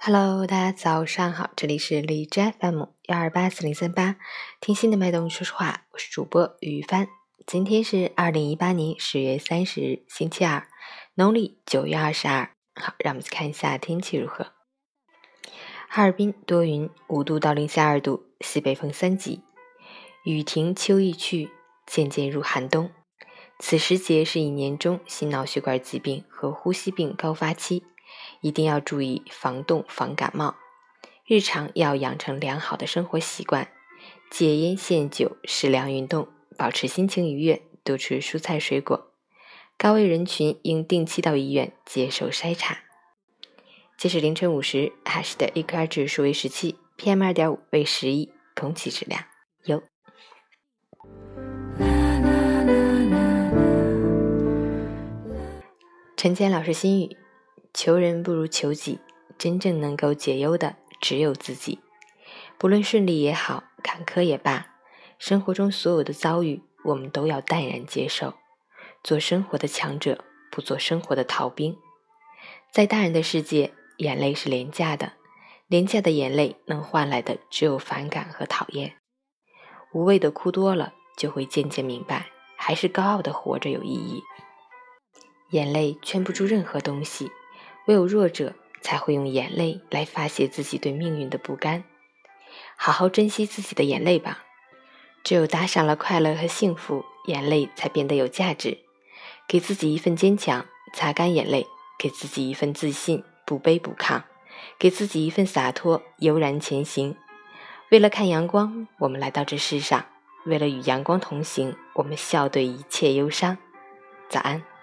Hello， 大家早上好，这里是荔枝 FM1284038，听心的脉动说说话，我是主播于帆。今天是2018年10月30日，星期二，农历9月22。好，让我们看一下天气如何。哈尔滨多云，5度到零下2度，西北风3级，雨停秋意去，渐渐入寒冬。此时节是一年中心脑血管疾病和呼吸病高发期，一定要注意防冻防感冒。日常要养成良好的生活习惯，戒烟限酒，适量运动，保持心情愉悦，多吃蔬菜水果。高危人群应定期到医院接受筛查。截止凌晨5时，海市的 AQI 指数为17， PM2.5 为11，空气质量优。陈坚老师心语：求人不如求己，真正能够解忧的只有自己。不论顺利也好，坎坷也罢，生活中所有的遭遇我们都要淡然接受，做生活的强者，不做生活的逃兵。在大人的世界，眼泪是廉价的，廉价的眼泪能换来的只有反感和讨厌。无谓的哭多了，就会渐渐明白，还是高傲的活着有意义。眼泪圈不住任何东西，唯有弱者才会用眼泪来发泄自己对命运的不甘。好好珍惜自己的眼泪吧，只有搭上了快乐和幸福，眼泪才变得有价值。给自己一份坚强，擦干眼泪；给自己一份自信，不卑不亢；给自己一份洒脱，悠然前行。为了看阳光，我们来到这世上；为了与阳光同行，我们笑对一切忧伤。早安。